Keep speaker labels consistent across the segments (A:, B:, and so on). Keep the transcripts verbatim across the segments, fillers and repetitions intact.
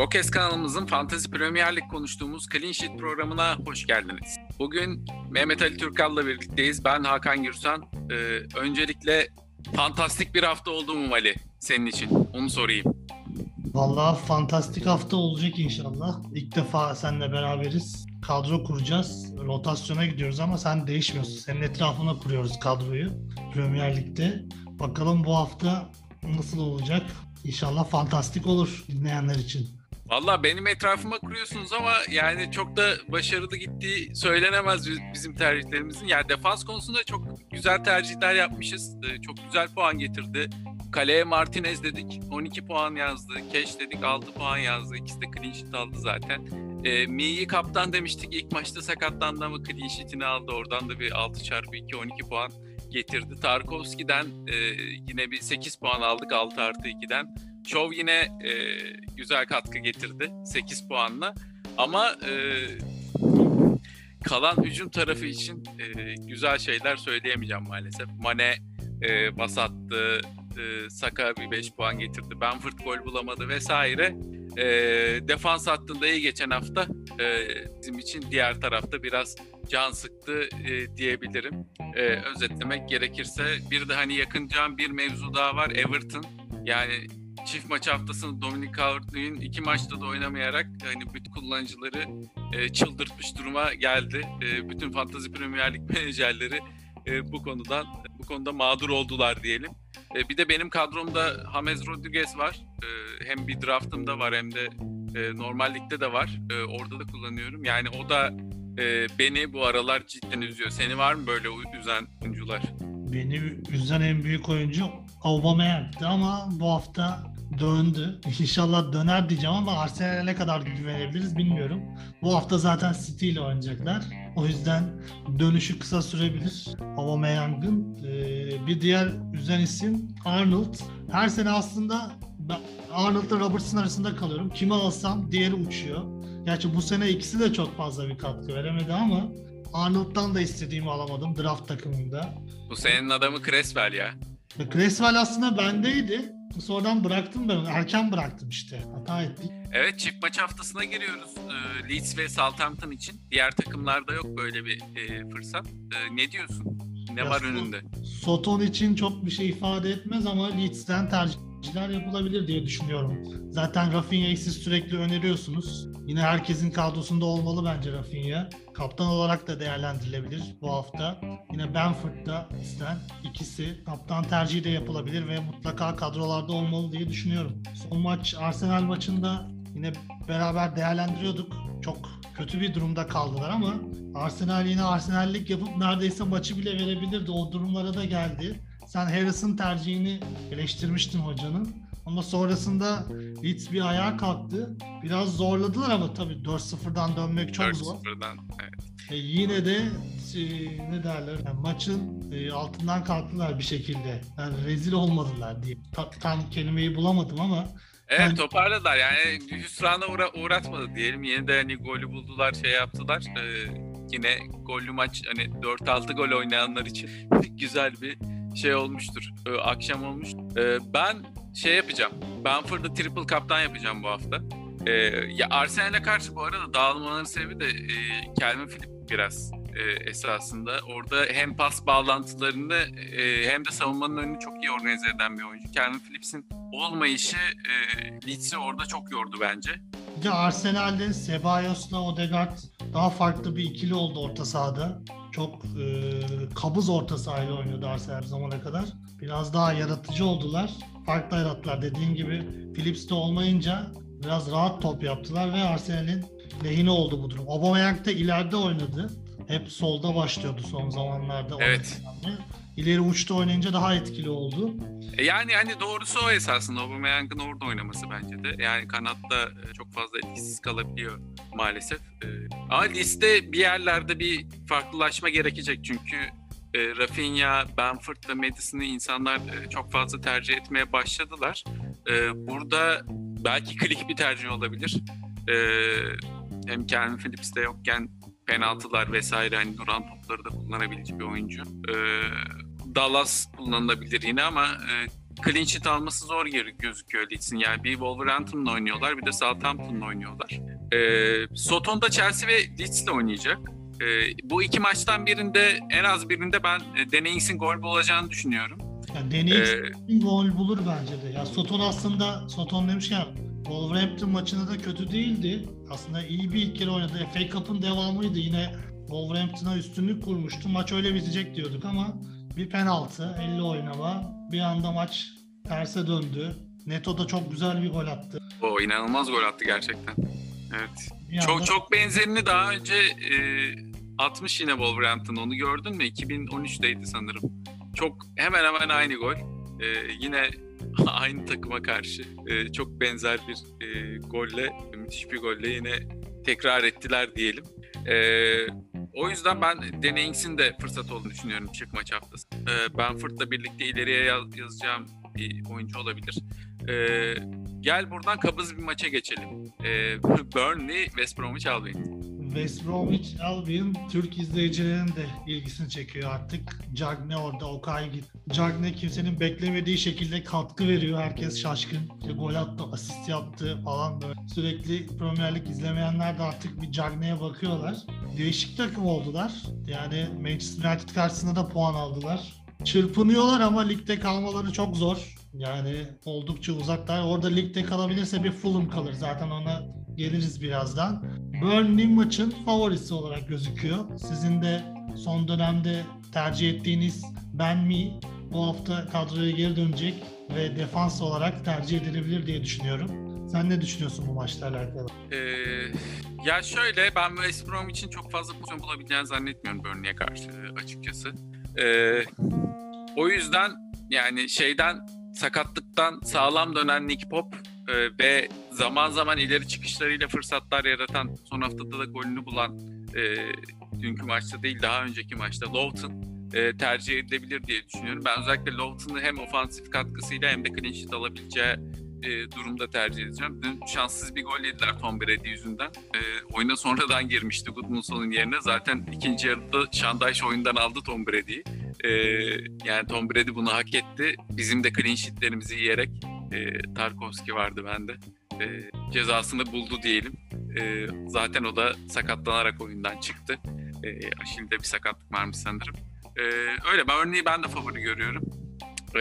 A: Gokes kanalımızın Fantasy Premier Lig konuştuğumuz Clean Sheet programına hoş geldiniz. Bugün Mehmet Ali Türkal'la birlikteyiz. Ben Hakan Gürsan. Ee, öncelikle fantastik bir hafta oldu mu Ali senin için? Onu sorayım.
B: Vallahi fantastik hafta olacak inşallah. İlk defa seninle beraberiz. Kadro kuracağız. Rotasyona gidiyoruz ama sen değişmiyorsun. Senin etrafına kuruyoruz kadroyu Premier Lig'de. Bakalım bu hafta nasıl olacak? İnşallah fantastik olur dinleyenler için.
A: Vallahi benim etrafıma kuruyorsunuz ama yani çok da başarılı gittiği söylenemez bizim tercihlerimizin. Yani defans konusunda çok güzel tercihler yapmışız. Çok güzel puan getirdi. Kaleye Martinez dedik, on iki puan yazdı. Keş dedik, altı puan yazdı. İkisi de clean sheet aldı zaten. E, Mi'yi kaptan demiştik. İlk maçta sakatlandı ama clean sheet'ini aldı. Oradan da bir altı çarpı iki, on iki puan getirdi. Tarkovski'den e, yine bir sekiz puan aldık altı artı ikiden. Şov yine e, güzel katkı getirdi sekiz puanla. Ama e, kalan hücum tarafı için e, güzel şeyler söyleyemeyeceğim maalesef. Mane e, bas attı, e, Saka bir beş puan getirdi, Bamford gol bulamadı vesaire. E, defans hattında iyi geçen hafta e, bizim için diğer tarafta biraz can sıktı e, diyebilirim. E, özetlemek gerekirse bir de hani yakınacağım bir mevzu daha var, Everton. Yani çift maç haftasını Dominic Calvert-Lewin iki maçta da oynamayarak hani bütün kullanıcıları e, çıldırtmış duruma geldi. E, bütün Fantasy Premier Lig menajerleri e, bu konudan bu konuda mağdur oldular diyelim. E, bir de benim kadromda James Rodriguez var. E, hem bir draftımda var hem de e, normal ligde de var. E, orada da kullanıyorum. Yani o da e, beni bu aralar cidden üzüyor. Seni var mı böyle üzen oyuncular?
B: Beni üzen en büyük oyuncu Aubameyang'dı ama bu hafta döndü. İnşallah döner diyeceğim ama Arsenal'e ne kadar güvenebiliriz bilmiyorum. Bu hafta zaten City ile oynayacaklar. O yüzden dönüşü kısa sürebilir Aubameyang'ın. Ee, bir diğer üzen isim Arnold. Her sene aslında ben Arnold'la Robertson arasında kalıyorum. Kimi alsam diğeri uçuyor. Gerçi bu sene ikisi de çok fazla bir katkı veremedi ama Arnold'dan da istediğimi alamadım draft takımında.
A: Bu senin adamı Creswell ya.
B: Creswell aslında bendeydi. Sonradan bıraktım ben onu. Erken bıraktım işte. Hata ettik.
A: Evet, çift maç haftasına giriyoruz. Ee, Leeds ve Southampton için. Diğer takımlarda yok böyle bir e, fırsat. Ee, ne diyorsun? Ne
B: Ya
A: var
B: so-
A: önünde?
B: Soton için çok bir şey ifade etmez ama Leeds'ten tercihler yapılabilir diye düşünüyorum. Zaten Rafinha'yı siz sürekli öneriyorsunuz. Yine herkesin kadrosunda olmalı bence Rafinha. Kaptan olarak da değerlendirilebilir bu hafta. Yine Bamford'da isten ikisi kaptan tercihi de yapılabilir ve mutlaka kadrolarda olmalı diye düşünüyorum. Son maç Arsenal maçında yine beraber değerlendiriyorduk. Çok kötü bir durumda kaldılar ama Arsenal yine Arsenallik yapıp neredeyse maçı bile verebilirdi. O durumlara da geldi. Sen Harrison tercihini eleştirmiştin hocanın. Ama sonrasında Leeds bir ayağa kalktı. Biraz zorladılar ama tabii dört sıfırdan dönmek çok zor.
A: dört sıfırdan, evet.
B: E yine de e, ne derler yani maçın e, altından kalktılar bir şekilde. Yani rezil olmadılar diye. Ta, tam kelimeyi bulamadım ama.
A: Evet,
B: Yani,
A: toparladılar. Yani hüsrana uğra- uğratmadı diyelim. Yine de hani golü buldular, şey yaptılar. Ee, yine gollü maç, hani dört altı gol oynayanlar için güzel bir şey olmuştur. Ee, akşam olmuş. Ee, ben şey yapacağım. Bamford'da triple kaptan yapacağım bu hafta. Ee, ya Arsenal'e karşı bu arada dağılmaların sebebi de e, Calvin Phillips biraz e, esasında. Orada hem pas bağlantılarını e, hem de savunmanın önünü çok iyi organize eden bir oyuncu. Calvin Phillips'in olmayışı e, Leeds'i orada çok yordu bence.
B: bir de Arsenal'de Cebalos'la Odegaard daha farklı bir ikili oldu orta sahada. Çok e, kabız orta sahayla oynuyordu Arsenal bu zamana kadar. Biraz daha yaratıcı oldular. Farklı yarattılar. Dediğim gibi Phillips de olmayınca biraz rahat top yaptılar ve Arsenal'in lehine oldu bu durum. Aubameyang da ileride oynadı. Hep solda başlıyordu son zamanlarda.
A: Evet.
B: İleri uçta oynayınca daha etkili oldu.
A: E yani hani doğrusu o esasında. Aubameyang'ın orada oynaması bence de. Yani kanatta çok fazla etkisiz kalabiliyor maalesef. E, ama liste bir yerlerde bir farklılaşma gerekecek çünkü e, Rafinha, Bamford ve Madison'ı insanlar e, çok fazla tercih etmeye başladılar. E, burada belki klik bir tercih olabilir. E, hem Calvin Phillips de yokken penaltılar vesaire hani duran topları da kullanabilecek bir oyuncu. E, Dallas kullanılabilir yine ama e, clean sheet alması zor geri gözüküyor Leeds'in. Yani bir Wolverhampton'la oynuyorlar, bir de Southampton'la oynuyorlar. Ee, Soton'da Chelsea ve Leeds'le oynayacak. Ee, bu iki maçtan birinde, en az birinde ben e, Danny Ings'in gol bulacağını düşünüyorum.
B: Yani Danny Ings ee, gol bulur bence de. Ya Soton aslında, Soton demişken Wolverhampton maçında da kötü değildi. Aslında iyi bir ilk kere oynadı. F A Cup'ın devamıydı. Yine Wolverhampton'a üstünlük kurmuştu. Maç öyle bitecek diyorduk ama bir penaltı, elli oynama. Bir anda maç terse döndü. Neto da çok güzel bir gol attı.
A: O inanılmaz gol attı gerçekten. Evet.
B: Bir
A: çok
B: anda...
A: çok benzerini daha önce e, atmış yine Wolverhampton. Onu gördün mü? iki bin on üçteydi sanırım. Çok hemen hemen aynı gol. E, yine aynı takıma karşı e, çok benzer bir e, golle, müthiş bir golle yine tekrar ettiler diyelim. E, o yüzden ben Danny Ings'in de fırsat olduğunu düşünüyorum çift maç haftası. E, Bamford'la birlikte ileriye yaz, yazacağım bir oyuncu olabilir. E, gel buradan kabız bir maça geçelim. E, Burnley, West Bromwich Albion.
B: West Bromwich Albion Türk izleyicilerin de ilgisini çekiyor artık. Cagney orada, Okay git. Cagney kimsenin beklemediği şekilde katkı veriyor. Herkes şaşkın. İşte gol attı, asist yaptı falan böyle. Sürekli Premier Lig izlemeyenler de artık bir Cagney'e bakıyorlar. Değişik takım oldular. Yani Manchester United karşısında da puan aldılar. Çırpınıyorlar ama ligde kalmaları çok zor. Yani oldukça uzaklar. Orada ligde kalabilirse bir Fulham kalır. Zaten ona geliriz birazdan. Burnley maçın favorisi olarak gözüküyor. Sizin de son dönemde tercih ettiğiniz Ben Mi bu hafta kadroya geri dönecek ve defans olarak tercih edilebilir diye düşünüyorum. Sen ne düşünüyorsun bu maçla alakalı?
A: Ee, ya şöyle, ben West Brom için çok fazla pozisyon bulabileceğini zannetmiyorum Burnley'e karşı açıkçası. Ee, o yüzden yani şeyden, sakatlıktan sağlam dönen Nick Pope e, ve zaman zaman ileri çıkışlarıyla fırsatlar yaratan, son haftada da golünü bulan, e, dünkü maçta değil daha önceki maçta Lowton e, tercih edilebilir diye düşünüyorum. Ben özellikle Lowton'u hem ofansif katkısıyla hem de clean sheet alabileceği e, durumda tercih edeceğim. Dün şanssız bir gol yediler Tom Brady yüzünden. E, oyuna sonradan girmişti Gudmundsson'un yerine. Zaten ikinci yarıda Şandaş oyundan aldı Tom Brady'yi. E, yani Tom Brady bunu hak etti. Bizim de clean sheetlerimizi yiyerek, e, Tarkowski vardı bende, e, cezasını buldu diyelim. E, zaten o da sakatlanarak oyundan çıktı. E, Aşil'de bir sakatlık varmış sanırım. E, öyle, ben örneği ben de favori görüyorum. E,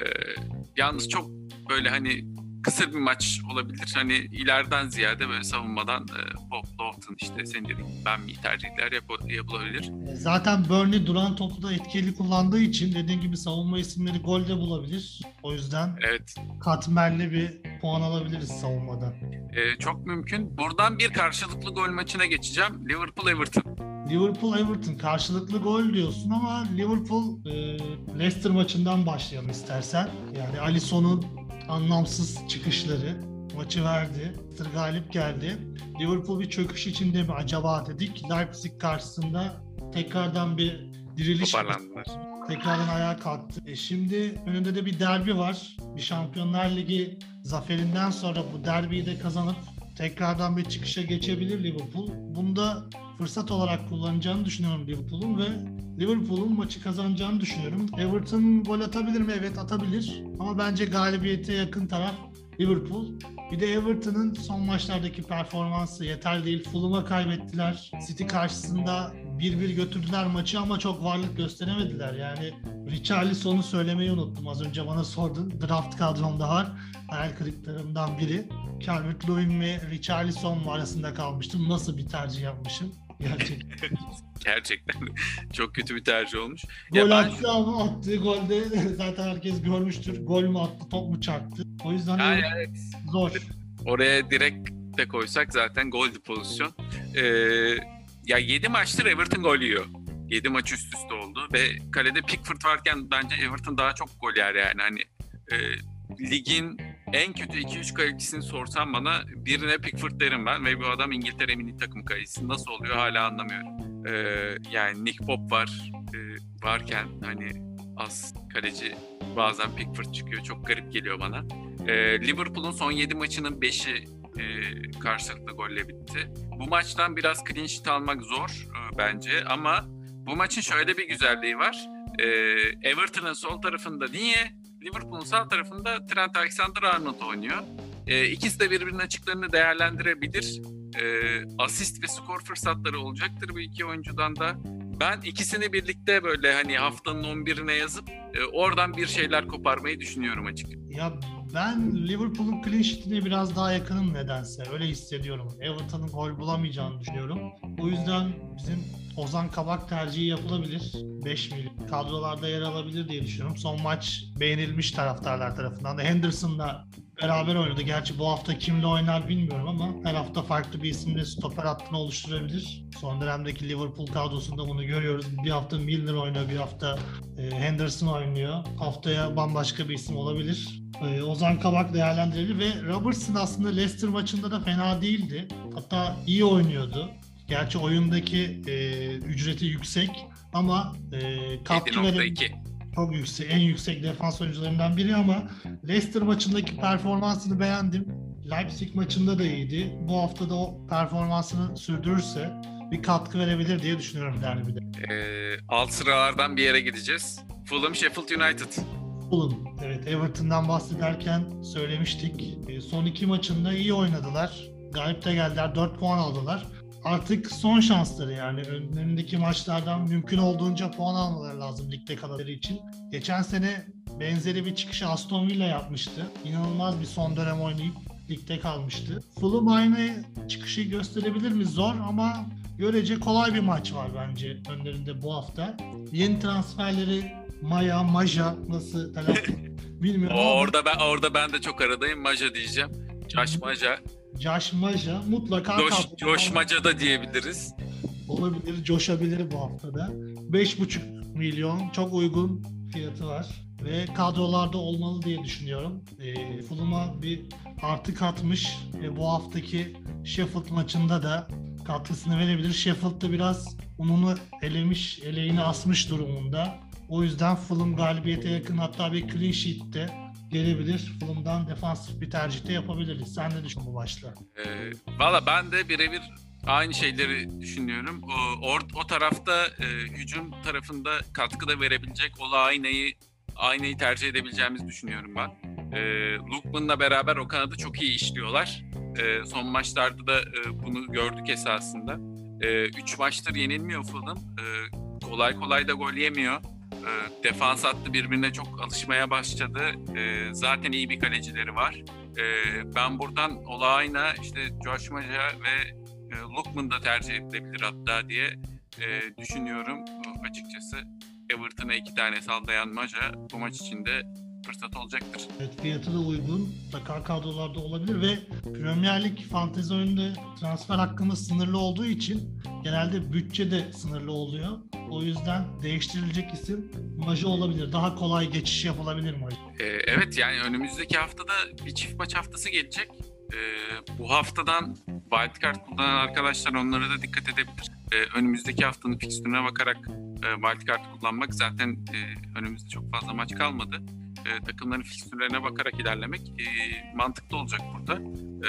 A: yalnız çok böyle hani kısır bir maç olabilir. Hani ileriden ziyade böyle savunmadan e, Pop, Lofton, işte senin dediğin Ben Mi tercihler yap- yapılabilir.
B: Zaten Burnley duran topu da etkili kullandığı için dediğin gibi savunma isimleri gol de bulabilir. O yüzden
A: evet,
B: katmerli bir puan alabiliriz savunmadan.
A: E, çok mümkün. Buradan bir karşılıklı gol maçına geçeceğim. Liverpool-Everton.
B: Liverpool-Everton karşılıklı gol diyorsun ama Liverpool e, Leicester maçından başlayalım istersen. Yani Alisson'un anlamsız çıkışları maçı verdi. Leicester galip geldi. Liverpool bir çöküş içinde mi acaba dedik. Leipzig karşısında tekrardan bir diriliş.
A: Toparlandılar.
B: Tekrardan ayağa kalktı. E şimdi önünde de bir derbi var. Bir Şampiyonlar Ligi zaferinden sonra bu derbiyi de kazanıp tekrardan bir çıkışa geçebilir Liverpool. Bunda fırsat olarak kullanacağını düşünüyorum Liverpool'un ve Liverpool'un maçı kazanacağını düşünüyorum. Everton gol atabilir mi? Evet, atabilir. Ama bence galibiyete yakın taraf Liverpool. Bir de Everton'ın son maçlardaki performansı yeterli değil. Fulham'a kaybettiler. City karşısında bir bir götürdüler maçı ama çok varlık gösteremediler. Yani Richarlison'u söylemeyi unuttum. Az önce bana sordun. Draft kadromda var. Hayal kırıklarımdan biri. Calvert-Lewin ve Richarlison arasında kalmıştım. Nasıl bir tercih yapmışım? Gerçekten.
A: Gerçekten çok kötü bir tercih olmuş.
B: Gol
A: ya ben...
B: attı ama attığı golde zaten herkes görmüştür. Gol mü attı, top mu çarptı? O yüzden
A: yani evet,
B: zor.
A: Oraya direkt de koysak zaten goldü pozisyon. Ee, ya yedi maçtır Everton gol yiyor. yedi maç üst üste oldu ve kalede Pickford varken bence Everton daha çok gol yer yani. Hani e, ligin en kötü iki üç kalecisini sorsan bana birine Pickford derim ben ve bu adam İngiltere milli takım kalecisi. Nasıl oluyor hala anlamıyorum. Ee, yani Nick Pope var e, varken hani az kaleci bazen Pickford çıkıyor. Çok garip geliyor bana. Ee, Liverpool'un son yedi maçının beşi e, karşılıklı golle bitti. Bu maçtan biraz clean sheet almak zor e, bence ama bu maçın şöyle bir güzelliği var. E, Everton'ın sol tarafında niye Liverpool'un sağ tarafında Trent Alexander-Arnold oynuyor. E, ikisi de birbirinin açıklarını değerlendirebilir. E, asist ve skor fırsatları olacaktır bu iki oyuncudan da. Ben ikisini birlikte böyle hani haftanın on birine yazıp e, oradan bir şeyler koparmayı düşünüyorum açıkçası.
B: Ya ben Liverpool'un clean sheet'ine biraz daha yakınım nedense. Öyle hissediyorum. Everton'un gol bulamayacağını düşünüyorum. O yüzden bizim Ozan Kabak tercihi yapılabilir. beş milyon kadrolarda yer alabilir diye düşünüyorum. Son maç beğenilmiş taraftarlar tarafından da. Henderson'la beraber oynadı. Gerçi bu hafta kimle oynar bilmiyorum ama her hafta farklı bir isimle stoper hattını oluşturabilir. Son dönemdeki Liverpool kadrosunda bunu görüyoruz. Bir hafta Milner oynuyor, bir hafta Henderson oynuyor. Haftaya bambaşka bir isim olabilir. Ozan Kabak değerlendirilir ve Robertson aslında Leicester maçında da fena değildi. Hatta iyi oynuyordu. Gerçi oyundaki e, ücreti yüksek ama e, katkı veren çok yüksek, en yüksek defans oyuncularından biri ama Leicester maçındaki performansını beğendim. Leipzig maçında da iyiydi. Bu hafta da o performansını sürdürürse bir katkı verebilir diye düşünüyorum derbide.
A: Ee, alt sıralardan bir yere gideceğiz. Fulham Sheffield United.
B: Fulham, evet, Everton'dan bahsederken söylemiştik. E, son iki maçında iyi oynadılar. Galip de geldiler, dört puan aldılar. Artık son şansları yani önlerindeki maçlardan mümkün olduğunca puan almaları lazım ligde kalmaları için. Geçen sene benzeri bir çıkışı Aston Villa yapmıştı. İnanılmaz bir son dönem oynayıp ligde kalmıştı. Fulham aynı çıkışı gösterebilir mi? Zor ama görece kolay bir maç var bence önlerinde bu hafta. Yeni transferleri Maya, Maja nasıl telaffuz bilmiyorum ama
A: orada ben orada ben de çok aradayım. Maja diyeceğim. Josh Maja.
B: Josh Maja mutlaka
A: Josh, Josh Maja da diyebiliriz.
B: Olabilir, coşabilir bu haftada. beş buçuk milyon çok uygun fiyatı var ve kadrolarda olmalı diye düşünüyorum. E, Fulham'a bir artı katmış ve bu haftaki Sheffield maçında da katkısını verebilir. Sheffield da biraz ununu elemiş, eleğini asmış durumunda. O yüzden Fulham galibiyete yakın, hatta bir clean sheet de gelebilir. Fulham'dan defansif bir tercih de yapabiliriz. Sen ne düşünüyorsun bu maçla?
A: Ee, Valla ben de birebir aynı şeyleri düşünüyorum. O, or, o tarafta e, hücum tarafında katkıda verebilecek Olayna'yı aynayı tercih edebileceğimizi düşünüyorum ben. E, Lookman'la beraber o kanadı çok iyi işliyorlar. E, son maçlarda da e, bunu gördük esasında. E, üç maçtır yenilmiyor Fulham. E, kolay kolay da gol yemiyor. E, defans hattı birbirine çok alışmaya başladı. E, zaten iyi bir kalecileri var. E, ben buradan Olayna, işte Josh Maja ve e, Lookman da tercih edilebilir hatta diye e, düşünüyorum e, açıkçası. Everton'a iki tane sallayan Maja bu maç içinde fırsat olacaktır.
B: Evet, fiyatı da uygun. Mutlaka kadrolarda olabilir ve Premier Lig fantezi oyununda transfer hakkımız sınırlı olduğu için genelde bütçe de sınırlı oluyor. O yüzden değiştirilecek isim Maja olabilir. Daha kolay geçiş yapılabilir Maja.
A: Ee, evet, yani önümüzdeki haftada bir çift maç haftası gelecek. Ee, bu haftadan wildcard kullanan arkadaşlar onlara da dikkat edebilir. Ee, önümüzdeki haftanın fikstürüne bakarak e, wildcard kullanmak, zaten e, önümüzde çok fazla maç kalmadı. E, takımların fikstürlerine bakarak ilerlemek e, mantıklı olacak burada. E,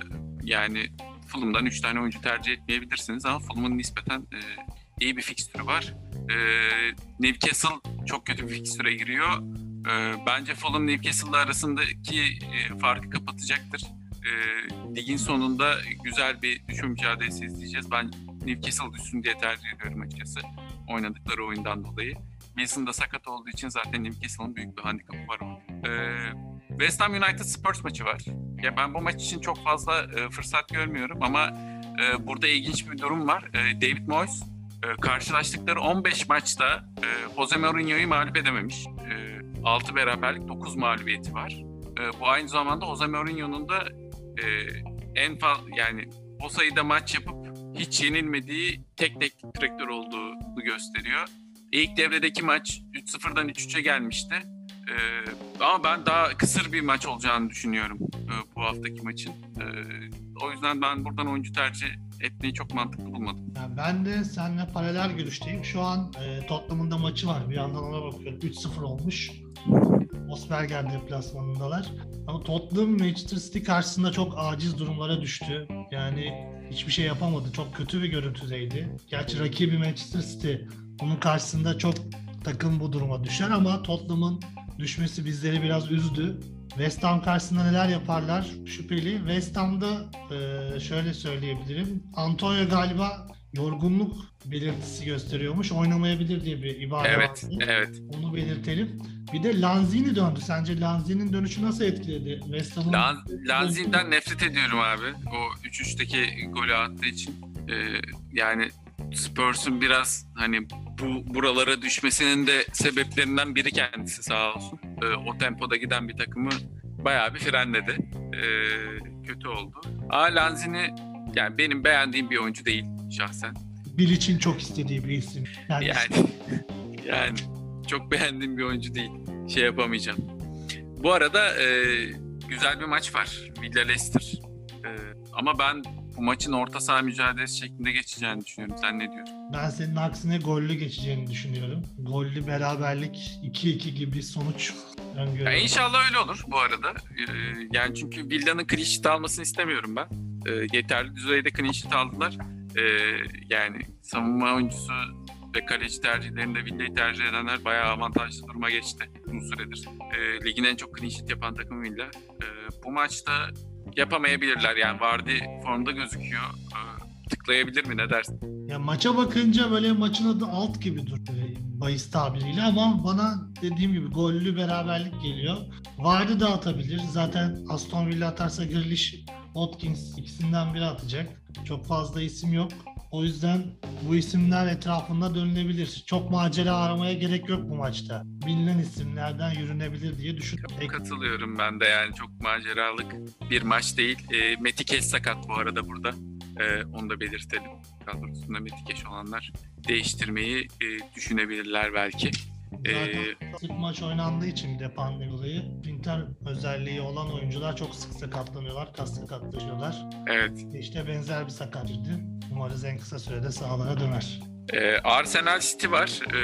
A: yani Fulham'dan üç tane oyuncu tercih etmeyebilirsiniz ama Fulham'ın nispeten e, iyi bir fikstürü var. E, Newcastle çok kötü bir fikstüre giriyor. E, bence Fulham Newcastle'la arasındaki e, farkı kapatacaktır. E, ligin sonunda güzel bir düşme mücadelesi izleyeceğiz. Ben Newcastle düşsün diye tercih ediyorum açıkçası, oynadıkları oyundan dolayı. Wilson da sakat olduğu için zaten Newcastle'ın büyük bir handikapı var. Ee, West Ham United Spurs maçı var. Ya ben bu maç için çok fazla e, fırsat görmüyorum ama e, burada ilginç bir durum var. E, David Moyes e, karşılaştıkları on beş maçta e, Jose Mourinho'yu mağlup edememiş. E, altı beraberlik, dokuz mağlubiyeti var. E, bu aynı zamanda Jose Mourinho'nun da e, en fazla, yani o sayıda maç yapıp hiç yenilmediği tek teknik direktör olduğunu gösteriyor. İlk devredeki maç üç sıfırdan üç üçe gelmişti. Ee, ama ben daha kısır bir maç olacağını düşünüyorum e, bu haftaki maçın. E, o yüzden ben buradan oyuncu tercih etmeyi çok mantıklı bulmadım.
B: Yani ben de seninle paralel görüşteyim. Şu an e, Tottenham'ın da maçı var. Bir yandan ona bakıyorum. üç sıfır olmuş. Osberger deplasmanındalar. Ama Tottenham Manchester City karşısında çok aciz durumlara düştü. Yani hiçbir şey yapamadı. Çok kötü bir görüntüdeydi. Gerçi rakibi Manchester City. Bunun karşısında çok takım bu duruma düşer ama Tottenham'ın düşmesi bizleri biraz üzdü. West Ham karşısında neler yaparlar şüpheli. West Ham'da e, şöyle söyleyebilirim. Antonio galiba yorgunluk belirtisi gösteriyormuş. Oynamayabilir diye bir ibare
A: Evet,
B: vardı.
A: evet.
B: Onu belirtelim. Bir de Lanzini döndü. Sence Lanzini'nin dönüşü nasıl etkiledi West Ham'ın?
A: Lan, Lanzini'den nefret ediyorum abi. O üç üçteki golü attığı için. Ee, yani Spurs'un biraz hani bu buralara düşmesinin de sebeplerinden biri kendisi sağ olsun. Ee, o tempoda giden bir takımı bayağı bir frenledi. Ee, kötü oldu. Ama Lanzini yani benim beğendiğim bir oyuncu değil şahsen.
B: Bilic'in çok istediği bir isim. Yani,
A: Yani yani çok beğendiğim bir oyuncu değil. Şey yapamayacağım. Bu arada e, güzel bir maç var. Villa Leicester. E, ama ben bu maçın orta saha mücadelesi şeklinde geçeceğini düşünüyorum. Sen ne diyorsun?
B: ben senin aksine gollü geçeceğini düşünüyorum. Gollü beraberlik iki iki gibi sonuç öngörüyorum.
A: Ya inşallah öyle olur bu arada. E, yani çünkü Villa'nın clean sheet almasını istemiyorum ben. E, yeterli düzeyde clean sheet aldılar. E, yani savunma oyuncusu ve kaleci tercihlerinde Villa'yı tercih edenler bayağı avantajlı duruma geçti uzun süredir. E, ligin en çok clean sheet yapan takımı Villa. E, bu maçta yapamayabilirler yani. Vardy formda gözüküyor. E, tıklayabilir mi, ne dersin?
B: Ya maça bakınca böyle maçın adı alt gibi duruyor bahis tabiriyle ama bana dediğim gibi gollü beraberlik geliyor. Vardy da atabilir. Zaten Aston Villa atarsa Grealish, Watkins ikisinden biri atacak. Çok fazla isim yok. O yüzden bu isimler etrafında dönülebilir. Çok macera aramaya gerek yok bu maçta. Bilinen isimlerden yürünebilir diye düşünüyorum.
A: Katılıyorum ben de, yani çok maceralık bir maç değil. E, Metikeş sakat bu arada burada. E, onu da belirtelim. Kadrosunda Metikeş olanlar değiştirmeyi e, düşünebilirler belki.
B: Zaten sık maç oynandığı için bir de pandemi dolayı Inter özelliği olan oyuncular çok sık sakatlanıyorlar, kas sakatlaşıyorlar.
A: Evet.
B: İşte benzer bir sakatlıktı. Umarız en kısa sürede sahalara döner.
A: Ee, Arsenal City var. Ee,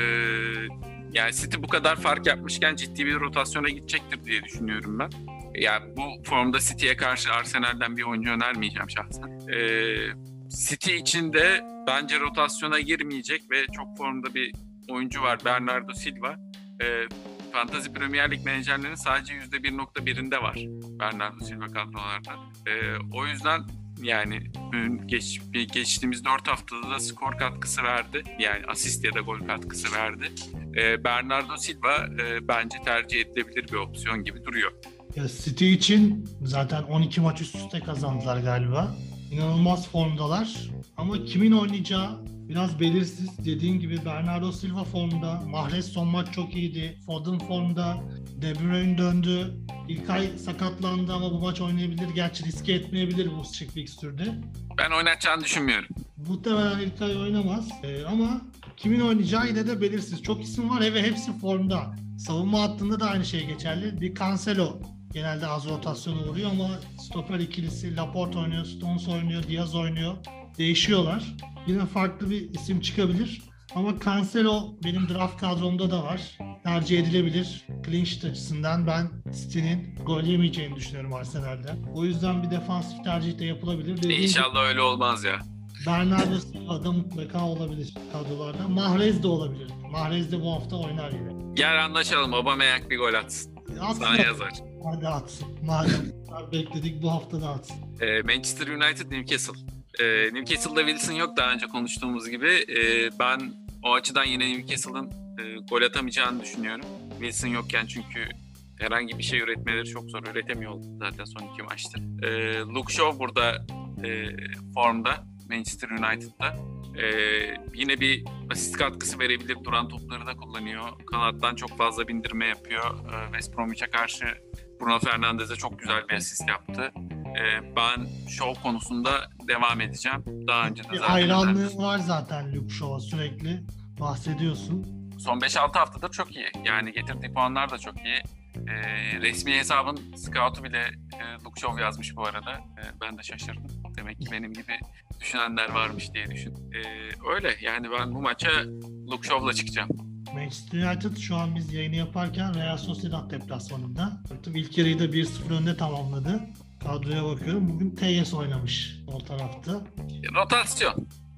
A: yani City bu kadar fark yapmışken ciddi bir rotasyona gidecektir diye düşünüyorum ben. Yani bu formda City'ye karşı Arsenal'den bir oyuncu önermeyeceğim şahsen. Ee, City için de bence rotasyona girmeyecek ve çok formda bir oyuncu var, Bernardo Silva. Ee, Fantasy Premier Lig menajerlerinin sadece yüzde bir nokta birinde var Bernardo Silva kadrolarda. Ee, o yüzden yani geç, geçtiğimiz dört haftada da skor katkısı verdi. Yani asist ya da gol katkısı verdi. Ee, Bernardo Silva e, bence tercih edilebilir bir opsiyon gibi duruyor.
B: Ya City için zaten on iki maç üst üste kazandılar galiba. İnanılmaz formdalar. Ama kimin oynayacağı biraz belirsiz. Dediğim gibi Bernardo Silva formda. Mahrez son maç çok iyiydi. Foden formda. De Bruyne döndü. İlkay sakatlandı ama bu maç oynayabilir. Gerçi riske etmeyebilir bu şık fikstürde.
A: Ben oynatacağını düşünmüyorum.
B: Muhtemelen İlkay oynamaz. Ee, ama kimin oynayacağı yine de belirsiz. Çok isim var ve hepsi formda. Savunma hattında da aynı şey geçerli. Bir Cancelo genelde az rotasyona uğruyor ama stoper ikilisi Laporte oynuyor, Stones oynuyor, Diaz oynuyor. Değişiyorlar. Yine farklı bir isim çıkabilir. Ama Cancelo benim draft kadromda da var. Tercih edilebilir. Clean sheet açısından ben City'nin gol yemeyeceğini düşünüyorum Arsenal'den. O yüzden bir defansif tercih de yapılabilir. Dediğim
A: İnşallah öyle olmaz ya.
B: Bernardo Silva da mutlaka olabilir kadrolarda. Mahrez de olabilir. Mahrez de bu hafta oynar yine.
A: Gel anlaşalım. Aubameyang bir gol atsın.
B: Atsın.
A: Sana yazar.
B: Hadi atsın. Madem bekledik bu hafta da atsın.
A: Ee, Manchester United Newcastle. Ee, Newcastle'da Wilson yok, daha önce konuştuğumuz gibi. Ee, ben o açıdan yine Newcastle'ın e, gol atamayacağını düşünüyorum. Wilson yokken çünkü herhangi bir şey üretmeleri çok zor. Üretemiyor zaten son iki maçtır. Ee, Luke Shaw burada e, formda Manchester United'da. Ee, yine bir asist katkısı verebilir. Duran topları da kullanıyor. Kanattan çok fazla bindirme yapıyor. Ee, West Bromwich'e karşı Bruno Fernandes'e çok güzel bir asist yaptı. Ee, ben Shaw konusunda devam edeceğim. Daha önce de zaten
B: hayranlığı var zaten Luke Shaw'a, sürekli bahsediyorsun.
A: Son beş altı haftadır çok iyi. Yani getirdiği puanlar da çok iyi. Ee, resmi hesabın scout'u bile e, Luke Shaw yazmış bu arada. E, ben de şaşırdım. Demek ki benim gibi düşünenler varmış diye düşün. E, öyle yani ben bu maça Luke Shaw'la çıkacağım.
B: Manchester United şu an biz yayını yaparken Real Sociedad deplasmanında. İlk yarıyı da bir sıfır önde tamamladı. Kadroya bakıyorum. Bugün T Y S oynamış o tarafta.
A: Rotasyon.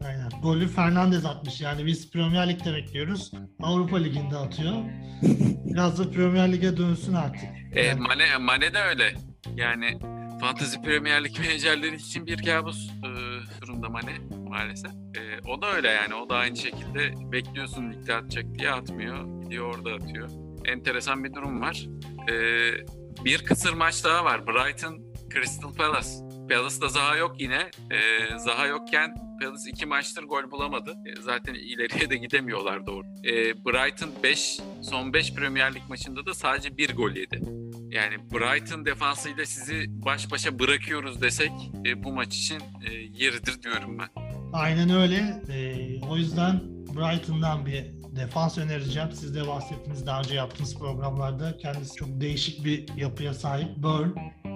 B: Aynen. Golü Fernandes atmış. Yani biz Premier Lig'de bekliyoruz. Avrupa Ligi'nde atıyor. Biraz da Premier Lig'e dönsün artık.
A: E,
B: Yani...
A: Mane, Mane de öyle. Yani Fantasy Premier Lig menajerleri için bir kabus e, durumda Mane maalesef. E, o da öyle yani. O da aynı şekilde bekliyorsun ligde atacak diye atmıyor. Gidiyor orada atıyor. Enteresan bir durum var. E, bir kısır maç daha var. Brighton Crystal Palace. Palace'da Zaha yok yine. E, Zaha yokken Palace iki maçtır gol bulamadı. E, zaten ileriye de gidemiyorlar doğru. E, Brighton beş son beş Premier Lig maçında da sadece bir gol yedi. Yani Brighton defansıyla sizi baş başa bırakıyoruz desek e, bu maç için e, yeridir diyorum ben.
B: Aynen öyle. E, o yüzden Brighton'dan bir defans önereceğim. Siz de bahsettiniz daha önce yaptığınız programlarda. Kendisi çok değişik bir yapıya sahip. Burn.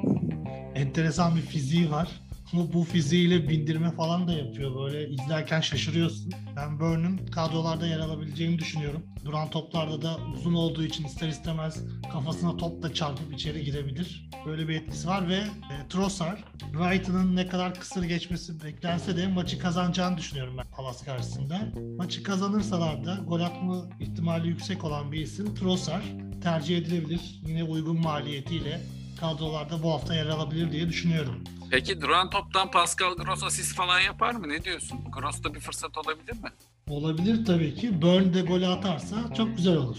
B: Enteresan bir fiziği var. Ama bu fiziğiyle bindirme falan da yapıyor. Böyle izlerken şaşırıyorsun. Ben Burn'un kadrolarda yer alabileceğini düşünüyorum. Duran toplarda da uzun olduğu için ister istemez kafasına top da çarpıp içeri girebilir. Böyle bir etkisi var ve e, Trossard, Brighton'ın ne kadar kısır geçmesi beklense de maçı kazanacağını düşünüyorum ben Palace karşısında. Maçı kazanırsalar da gol atma ihtimali yüksek olan bir isim Trossard tercih edilebilir. Yine uygun maliyetiyle kadrolarda bu hafta yer alabilir diye düşünüyorum.
A: Peki duran toptan Pascal Gross asist falan yapar mı? Ne diyorsun? Gross'ta bir fırsat olabilir mi?
B: Olabilir tabii ki. Burn de golü atarsa çok güzel olur.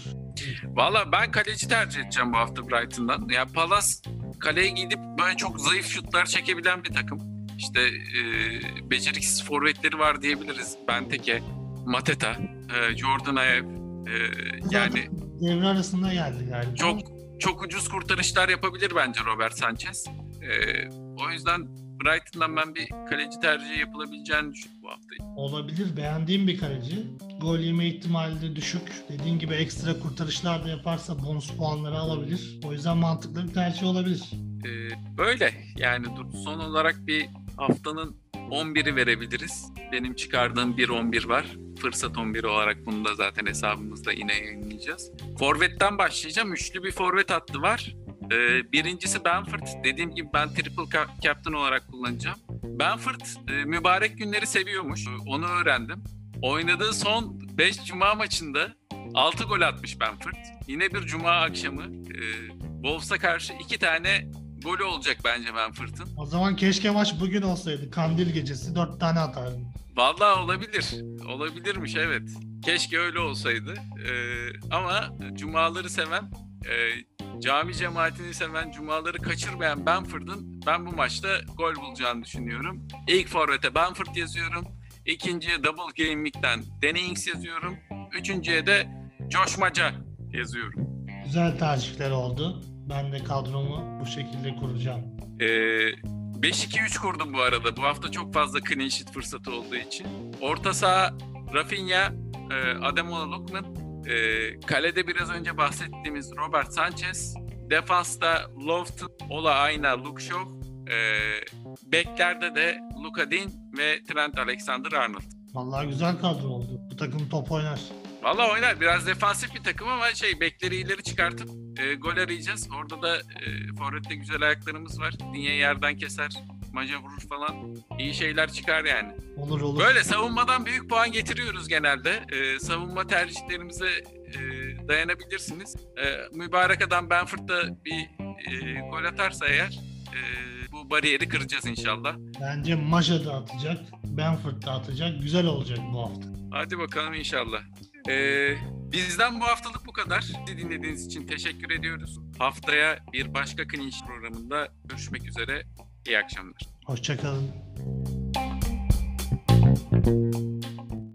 A: Valla ben kaleci tercih edeceğim bu hafta Brighton'dan. Ya yani Palace kaleye gidip böyle çok zayıf şutlar çekebilen bir takım. İşte e, beceriksiz forvetleri var diyebiliriz. Benteke, Mateta, e, Jordan Ayew. E, yani
B: devre arasında geldi galiba.
A: Çok çok ucuz kurtarışlar yapabilir bence Robert Sanchez. E, o yüzden Brighton'dan ben bir kaleci tercihi yapılabileceğini düşünüyorum bu haftayı.
B: Olabilir. Beğendiğim bir kaleci. Gol yeme ihtimali de düşük. Dediğin gibi ekstra kurtarışlar da yaparsa bonus puanları alabilir. O yüzden mantıklı bir tercih olabilir.
A: Ee, böyle. Yani son olarak bir haftanın on biri verebiliriz. Benim çıkardığım bir on bir var. Fırsat on bir olarak bunu da zaten hesabımızda yine yayınlayacağız. Forvet'ten başlayacağım. Üçlü bir forvet hattı var. Ee, birincisi Bamford. Dediğim gibi ben triple ca- captain olarak kullanacağım. Bamford e, mübarek günleri seviyormuş. Onu öğrendim. Oynadığı son beş Cuma maçında altı gol atmış Bamford. Yine bir Cuma akşamı e, Wolves'a karşı iki tane golü olacak bence Bamford'ın.
B: O zaman keşke maç bugün olsaydı. Kandil gecesi dört tane atardı.
A: Vallahi olabilir. Olabilirmiş evet. Keşke öyle olsaydı. E, ama Cumaları seven... E, cami cemaatini seven, cumaları kaçırmayan Bamford'un ben bu maçta gol bulacağını düşünüyorum. İlk forvete Bamford yazıyorum. İkinciye Double Game Week'ten Danny Ings yazıyorum. Üçüncüye de Josh Maja yazıyorum.
B: Güzel tercihler oldu. Ben de kadromu bu şekilde kuracağım.
A: Ee, beş iki üç kurdum bu arada. Bu hafta çok fazla clean sheet fırsatı olduğu için. Orta saha Rafinha, Ademola Lookman. Ee, kalede biraz önce bahsettiğimiz Robert Sanchez, defansta Lofton, Ola Aina, Luke Shaw, ee, beklerde de Luka Dean ve Trent Alexander-Arnold.
B: Vallahi güzel kadro oldu. Bu takım top oynar.
A: Vallahi oynar. Biraz defansif bir takım ama şey bekleri ileri çıkartıp e, gol arayacağız. Orada da e, forvette güzel ayaklarımız var. Dinya yerden keser, maca vurur falan. İyi şeyler çıkar yani.
B: Olur olur.
A: Böyle savunmadan büyük puan getiriyoruz genelde. Ee, savunma tercihlerimize e, dayanabilirsiniz. Ee, mübarek adam Bamford da bir e, gol atarsa eğer e, bu bariyeri kıracağız inşallah.
B: Bence Maja da atacak, Bamford da atacak. Güzel olacak bu hafta.
A: Hadi bakalım inşallah. Ee, bizden bu haftalık bu kadar. Bizi dinlediğiniz için teşekkür ediyoruz. Haftaya bir başka Clean Sheet programında görüşmek üzere. İyi akşamlar.
B: Hoşça kalın.